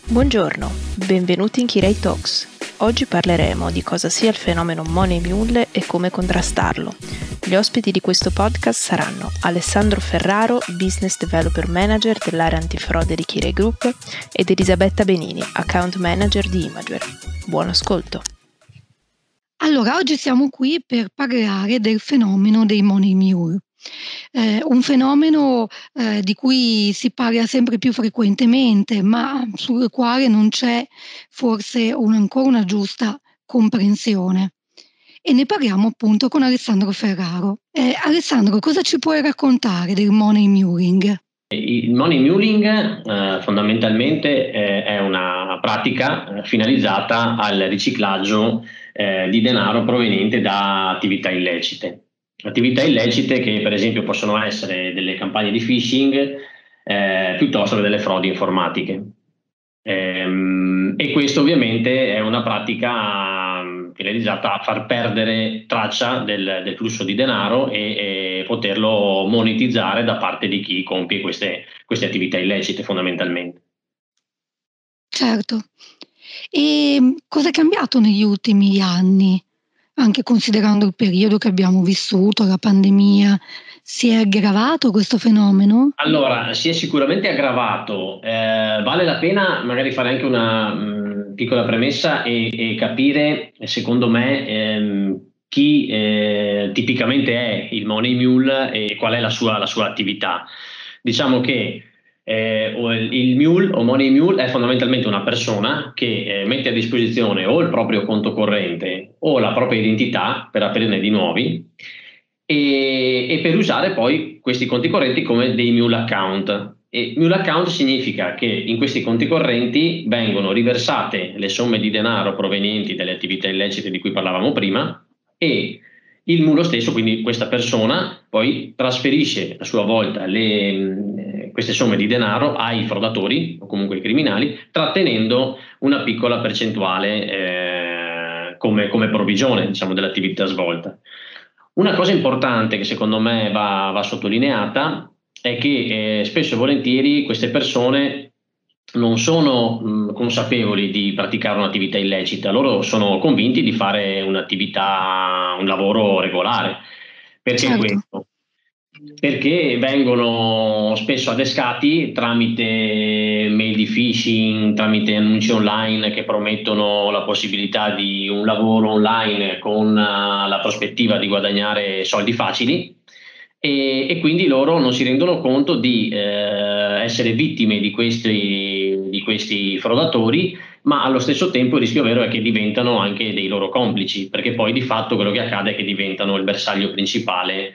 Buongiorno, benvenuti in Kirei Talks. Oggi parleremo di cosa sia il fenomeno Money Mule e come contrastarlo. Gli ospiti di questo podcast saranno Alessandro Ferraro, Business Developer Manager dell'area antifrode di Kirei Group, ed Elisabetta Benini, Account Manager di Imager. Buon ascolto! Allora, oggi siamo qui per parlare del fenomeno dei Money Mule. Un fenomeno di cui si parla sempre più frequentemente, ma sul quale non c'è forse ancora una giusta comprensione. E ne parliamo appunto con Alessandro Ferraro. Alessandro, cosa ci puoi raccontare del money muling? Il money muling fondamentalmente è una pratica finalizzata al riciclaggio di denaro proveniente da attività illecite. Attività illecite che per esempio possono essere delle campagne di phishing piuttosto che delle frodi informatiche. E questo ovviamente è una pratica finalizzata a far perdere traccia del flusso di denaro e poterlo monetizzare da parte di chi compie queste attività illecite fondamentalmente. Certo. E cosa è cambiato negli ultimi anni? Anche considerando il periodo che abbiamo vissuto, la pandemia, si è aggravato questo fenomeno? Allora, si è sicuramente aggravato. Vale la pena magari fare anche una piccola premessa e capire, secondo me, chi tipicamente è il money mule e qual è la sua attività. Diciamo che il mule o money mule è fondamentalmente una persona che mette a disposizione o il proprio conto corrente o la propria identità per aprirne di nuovi e per usare poi questi conti correnti come dei mule account. E mule account significa che in questi conti correnti vengono riversate le somme di denaro provenienti dalle attività illecite di cui parlavamo prima e il mulo stesso, quindi questa persona, poi trasferisce a sua volta queste somme di denaro ai frodatori o comunque ai criminali, trattenendo una piccola percentuale come provvigione, diciamo, dell'attività svolta. Una cosa importante che secondo me va sottolineata è che spesso e volentieri queste persone non sono consapevoli di praticare un'attività illecita, loro sono convinti di fare un lavoro regolare. Perché Certo. questo? Perché vengono spesso adescati tramite mail di phishing, tramite annunci online che promettono la possibilità di un lavoro online con la prospettiva di guadagnare soldi facili e quindi loro non si rendono conto di essere vittime di questi frodatori, ma allo stesso tempo il rischio vero è che diventano anche dei loro complici, perché poi di fatto quello che accade è che diventano il bersaglio principale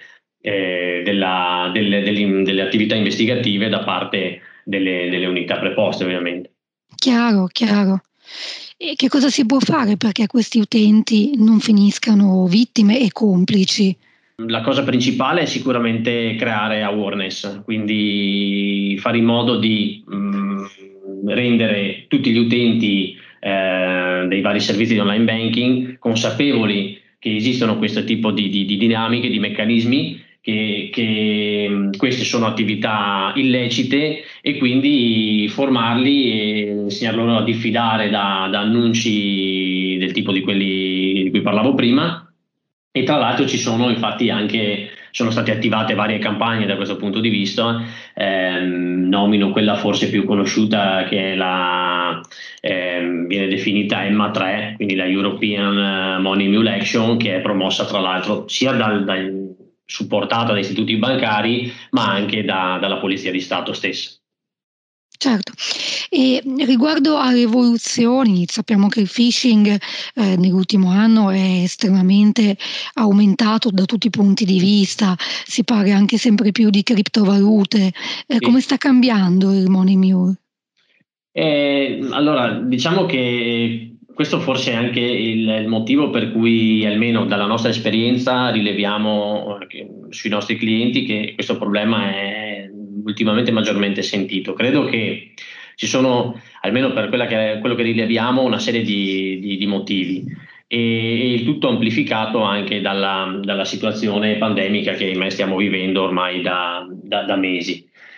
delle attività investigative da parte delle unità preposte, ovviamente. Chiaro, chiaro. E che cosa si può fare perché questi utenti non finiscano vittime e complici? La cosa principale è sicuramente creare awareness, quindi fare in modo di rendere tutti gli utenti dei vari servizi di online banking consapevoli che esistono questo tipo di dinamiche, di meccanismi, che queste sono attività illecite e quindi formarli e insegnare loro a diffidare da annunci del tipo di quelli di cui parlavo prima. E tra l'altro sono state attivate varie campagne da questo punto di vista, nomino quella forse più conosciuta che è viene definita EMMA3, quindi la European Money Mule Action, che è promossa tra l'altro sia supportata da istituti bancari ma anche dalla Polizia di Stato stessa. Certo. E riguardo alle evoluzioni, sappiamo che il phishing nell'ultimo anno è estremamente aumentato da tutti i punti di vista, si parla anche sempre più di criptovalute. Come sta cambiando il money mule? Allora, diciamo che questo forse è anche il motivo per cui, almeno dalla nostra esperienza, rileviamo sui nostri clienti che questo problema è ultimamente maggiormente sentito. Credo che ci sono, almeno per quello che rileviamo, una serie di motivi e il tutto amplificato anche dalla situazione pandemica che stiamo vivendo ormai da mesi.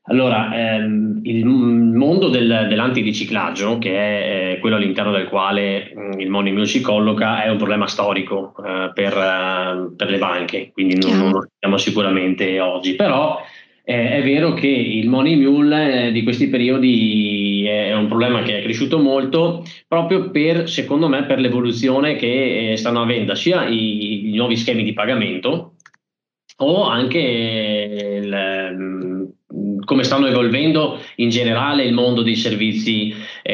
Allora, il mondo dell'antiriciclaggio, che è quello all'interno del quale il Money Mule si colloca, è un problema storico per le banche, quindi non Chiaro. lo siamo sicuramente oggi, però è vero che il Money Mule di questi periodi è un problema che è cresciuto molto proprio secondo me, per l'evoluzione che stanno avendo sia i nuovi schemi di pagamento o anche come stanno evolvendo in generale il mondo dei servizi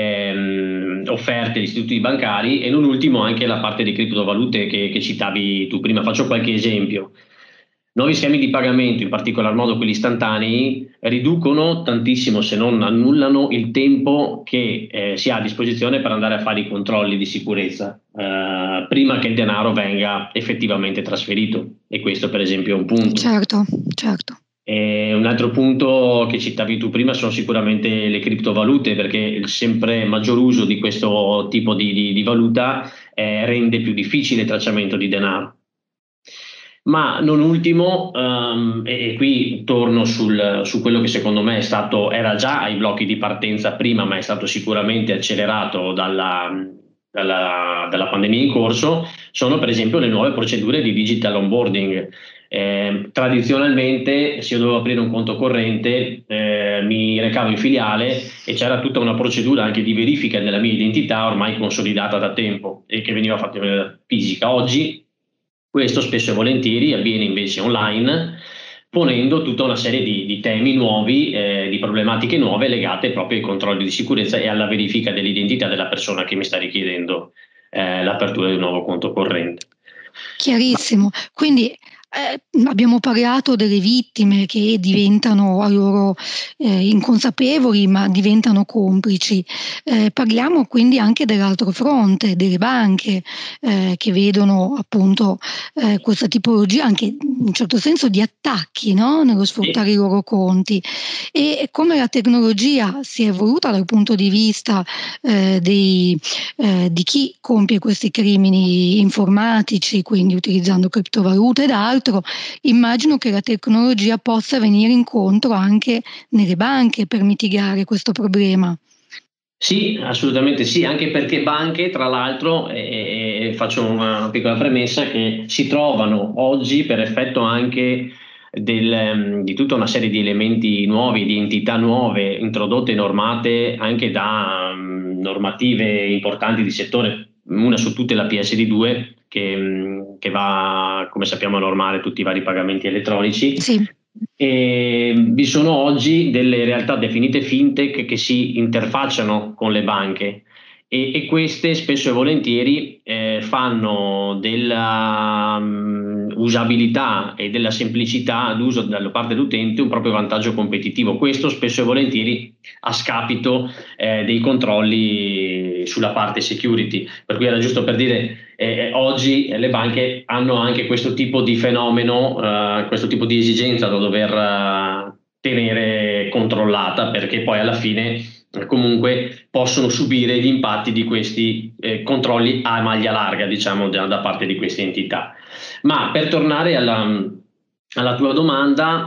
offerti agli istituti bancari e non ultimo anche la parte di criptovalute che citavi tu prima. Faccio qualche esempio. Nuovi schemi di pagamento, in particolar modo quelli istantanei, riducono tantissimo, se non annullano, il tempo che si ha a disposizione per andare a fare i controlli di sicurezza prima che il denaro venga effettivamente trasferito. E questo, per esempio, è un punto. Certo, certo. E un altro punto che citavi tu prima sono sicuramente le criptovalute, perché il sempre maggior uso di questo tipo di valuta rende più difficile il tracciamento di denaro. Ma non ultimo, e qui torno su quello che secondo me era già ai blocchi di partenza prima, ma è stato sicuramente accelerato dalla pandemia in corso, sono per esempio le nuove procedure di digital onboarding. Tradizionalmente, se io dovevo aprire un conto corrente, mi recavo in filiale e c'era tutta una procedura anche di verifica della mia identità ormai consolidata da tempo e che veniva fatta in maniera fisica. Oggi questo spesso e volentieri avviene invece online, ponendo tutta una serie di temi nuovi, di problematiche nuove legate proprio ai controlli di sicurezza e alla verifica dell'identità della persona che mi sta richiedendo l'apertura di un nuovo conto corrente. Chiarissimo. Quindi abbiamo parlato delle vittime che diventano a loro inconsapevoli, ma diventano complici. Parliamo quindi anche dell'altro fronte, delle banche che vedono appunto questa tipologia anche in un certo senso di attacchi, no? Nello sfruttare i loro conti. E come la tecnologia si è evoluta dal punto di vista di chi compie questi crimini informatici, quindi utilizzando criptovalute ed altro, immagino che la tecnologia possa venire incontro anche nelle banche per mitigare questo problema. Sì, assolutamente sì, anche perché banche, tra l'altro, faccio una piccola premessa, che si trovano oggi per effetto anche di tutta una serie di elementi nuovi, di entità nuove, introdotte e normate anche da normative importanti di settore, una su tutte la PSD2, che va, come sappiamo, a normare tutti i vari pagamenti elettronici. Sì. E vi sono oggi delle realtà definite fintech che si interfacciano con le banche e queste spesso e volentieri fanno della usabilità e della semplicità d'uso da parte dell'utente un proprio vantaggio competitivo. Questo spesso e volentieri a scapito dei controlli sulla parte security. Per cui era giusto per dire oggi le banche hanno anche questo tipo di fenomeno, questo tipo di esigenza da dover tenere controllata, perché poi alla fine comunque possono subire gli impatti di questi controlli a maglia larga, diciamo, da parte di queste entità. Ma per tornare alla tua domanda,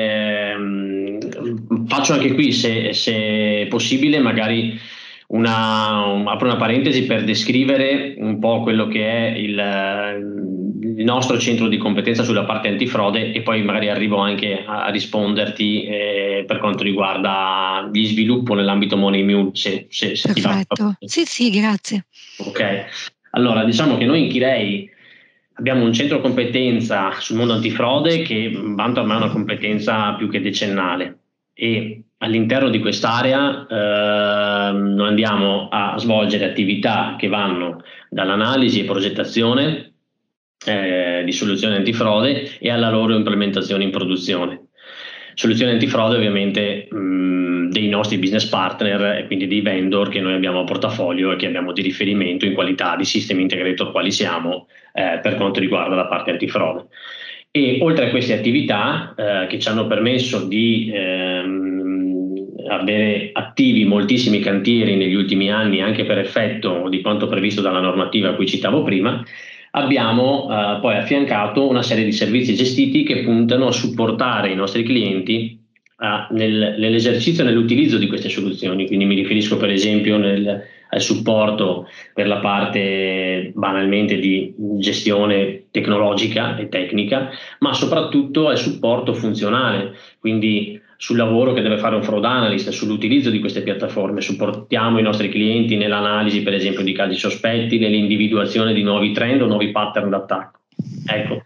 faccio anche qui, se è possibile, magari apro una parentesi per descrivere un po' quello che è il nostro centro di competenza sulla parte antifrode e poi magari arrivo anche a risponderti per quanto riguarda gli sviluppi nell'ambito Money Mule, se ti va. Perfetto. Sì, grazie. Ok, allora diciamo che noi in Kirei abbiamo un centro competenza sul mondo antifrode che vanta ormai una competenza più che decennale e all'interno di quest'area noi andiamo a svolgere attività che vanno dall'analisi e progettazione di soluzioni antifrode e alla loro implementazione in produzione. Soluzioni antifrode ovviamente dei nostri business partner e quindi dei vendor che noi abbiamo a portafolio e che abbiamo di riferimento in qualità di system integrator quali siamo per quanto riguarda la parte antifrode. E oltre a queste attività che ci hanno permesso di avere attivi moltissimi cantieri negli ultimi anni anche per effetto di quanto previsto dalla normativa a cui citavo prima, abbiamo poi affiancato una serie di servizi gestiti che puntano a supportare i nostri clienti nell'esercizio e nell'utilizzo di queste soluzioni. Quindi mi riferisco per esempio al supporto per la parte banalmente di gestione tecnologica e tecnica, ma soprattutto al supporto funzionale, quindi sul lavoro che deve fare un fraud analyst, sull'utilizzo di queste piattaforme. Supportiamo i nostri clienti nell'analisi per esempio di casi sospetti, nell'individuazione di nuovi trend o nuovi pattern d'attacco. Ecco,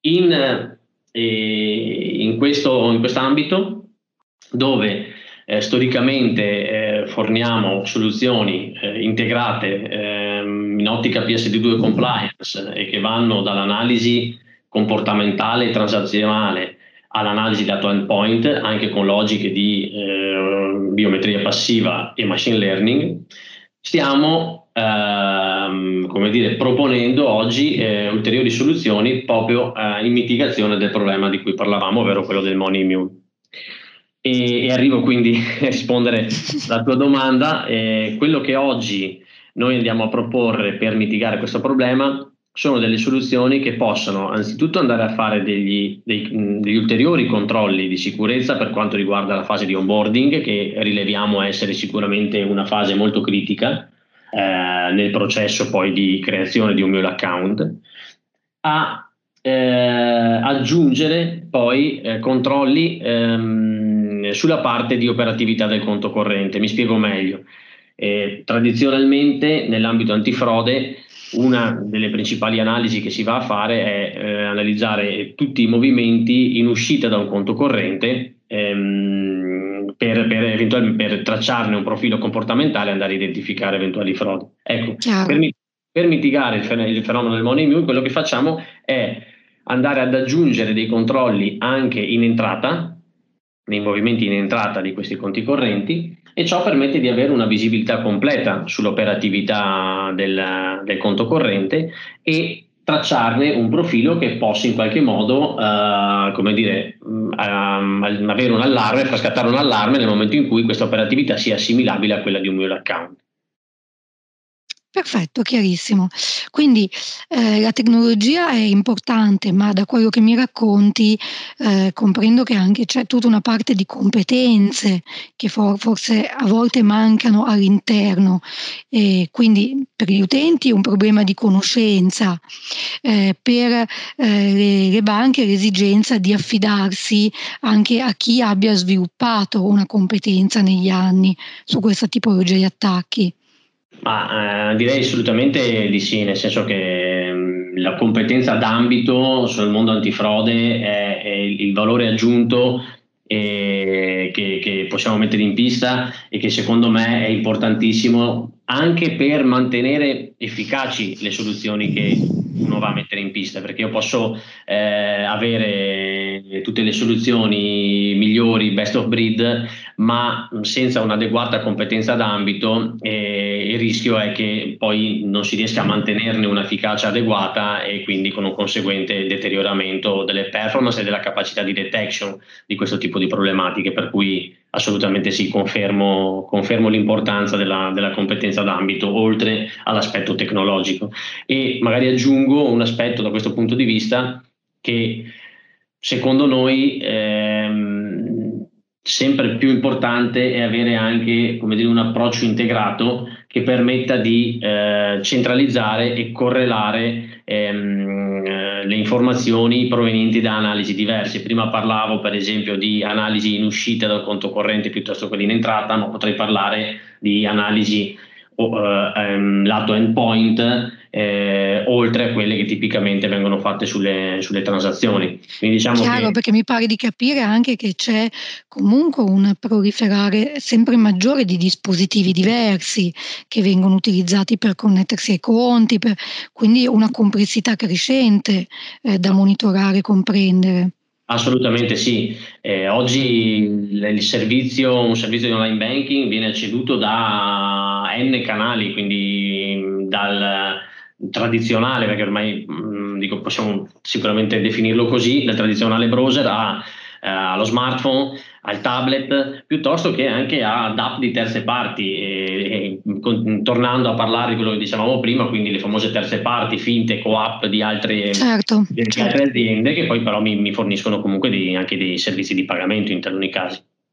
in quest'ambito, dove storicamente forniamo soluzioni integrate in ottica PSD2 compliance e che vanno dall'analisi comportamentale e transazionale all'analisi dato endpoint, anche con logiche di biometria passiva e machine learning, stiamo proponendo oggi ulteriori soluzioni proprio in mitigazione del problema di cui parlavamo, ovvero quello del money mule. E arrivo quindi a rispondere alla tua domanda. Quello che oggi noi andiamo a proporre per mitigare questo problema sono delle soluzioni che possano anzitutto andare a fare degli ulteriori controlli di sicurezza per quanto riguarda la fase di onboarding, che rileviamo essere sicuramente una fase molto critica nel processo poi di creazione di un mule account, aggiungere poi controlli sulla parte di operatività del conto corrente. Mi spiego meglio. Tradizionalmente nell'ambito antifrode una delle principali analisi che si va a fare è analizzare tutti i movimenti in uscita da un conto corrente per tracciarne un profilo comportamentale e andare a identificare eventuali frodi. Ecco, per mitigare il fenomeno del money mule, quello che facciamo è andare ad aggiungere dei controlli anche in entrata, nei movimenti in entrata di questi conti correnti, e ciò permette di avere una visibilità completa sull'operatività del conto corrente e tracciarne un profilo che possa in qualche modo avere un allarme, far scattare un allarme nel momento in cui questa operatività sia assimilabile a quella di un mule account. Perfetto, chiarissimo. Quindi la tecnologia è importante, ma da quello che mi racconti comprendo che anche c'è tutta una parte di competenze che forse a volte mancano all'interno, e quindi per gli utenti è un problema di conoscenza, per le banche l'esigenza di affidarsi anche a chi abbia sviluppato una competenza negli anni su questa tipologia di attacchi. Direi assolutamente di sì, nel senso che la competenza d'ambito sul mondo antifrode è il valore aggiunto che possiamo mettere in pista e che secondo me è importantissimo anche per mantenere efficaci le soluzioni che uno va a mettere in pista, perché io posso avere tutte le soluzioni migliori, best of breed, ma senza un'adeguata competenza d'ambito il rischio è che poi non si riesca a mantenerne un'efficacia adeguata e quindi con un conseguente deterioramento delle performance e della capacità di detection di questo tipo di problematiche, per cui assolutamente sì, confermo l'importanza della competenza d'ambito oltre all'aspetto tecnologico. E magari aggiungo un aspetto da questo punto di vista che secondo noi sempre più importante è avere anche un approccio integrato che permetta di centralizzare e correlare le informazioni provenienti da analisi diverse. Prima parlavo per esempio di analisi in uscita dal conto corrente piuttosto che in entrata, ma potrei parlare di analisi lato endpoint oltre a quelle che tipicamente vengono fatte sulle transazioni. Quindi diciamo chiaro, perché mi pare di capire anche che c'è comunque un proliferare sempre maggiore di dispositivi diversi che vengono utilizzati per connettersi ai conti, quindi una complessità crescente da monitorare e comprendere. Assolutamente sì. Oggi un servizio di online banking viene ceduto da N canali, quindi dal tradizionale, perché ormai possiamo sicuramente definirlo così, dal tradizionale browser allo smartphone, al tablet, piuttosto che anche ad app di terze parti. Tornando a parlare di quello che dicevamo prima, quindi le famose terze parti, fintech o app di altre aziende, che poi però mi forniscono comunque anche dei servizi di pagamento in taluni casi.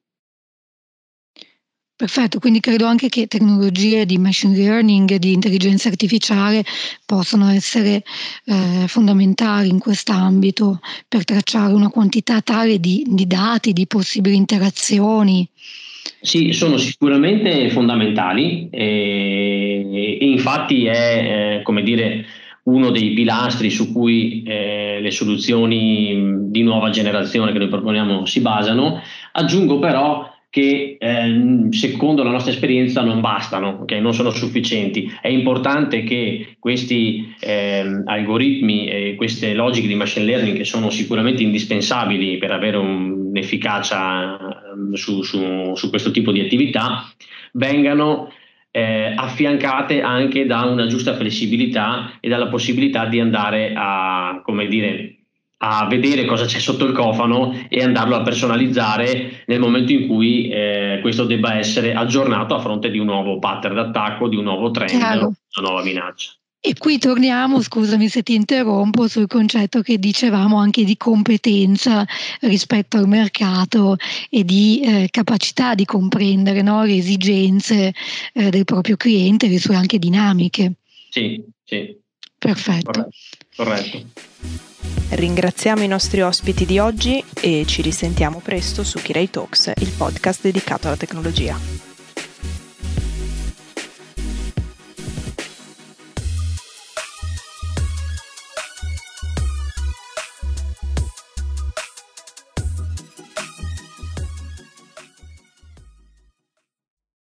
Perfetto, quindi credo anche che tecnologie di machine learning, di intelligenza artificiale possano essere fondamentali in quest'ambito per tracciare una quantità tale di dati, di possibili interazioni. Sì, sono sicuramente fondamentali e infatti è, come dire, uno dei pilastri su cui le soluzioni di nuova generazione che noi proponiamo si basano. Aggiungo però che secondo la nostra esperienza non bastano, okay? Non sono sufficienti. È importante che questi algoritmi e queste logiche di machine learning, che sono sicuramente indispensabili per avere un'efficacia su questo tipo di attività, vengano affiancate anche da una giusta flessibilità e dalla possibilità di andare a, come dire, a vedere cosa c'è sotto il cofano e andarlo a personalizzare nel momento in cui questo debba essere aggiornato a fronte di un nuovo pattern d'attacco, di un nuovo trend, Chiaro. una nuova minaccia. E qui torniamo, scusami se ti interrompo, sul concetto che dicevamo anche di competenza rispetto al mercato e di capacità di comprendere, no, le esigenze del proprio cliente, le sue anche dinamiche. Sì. Perfetto. Corretto. Ringraziamo i nostri ospiti di oggi e ci risentiamo presto su Kirai Talks, il podcast dedicato alla tecnologia.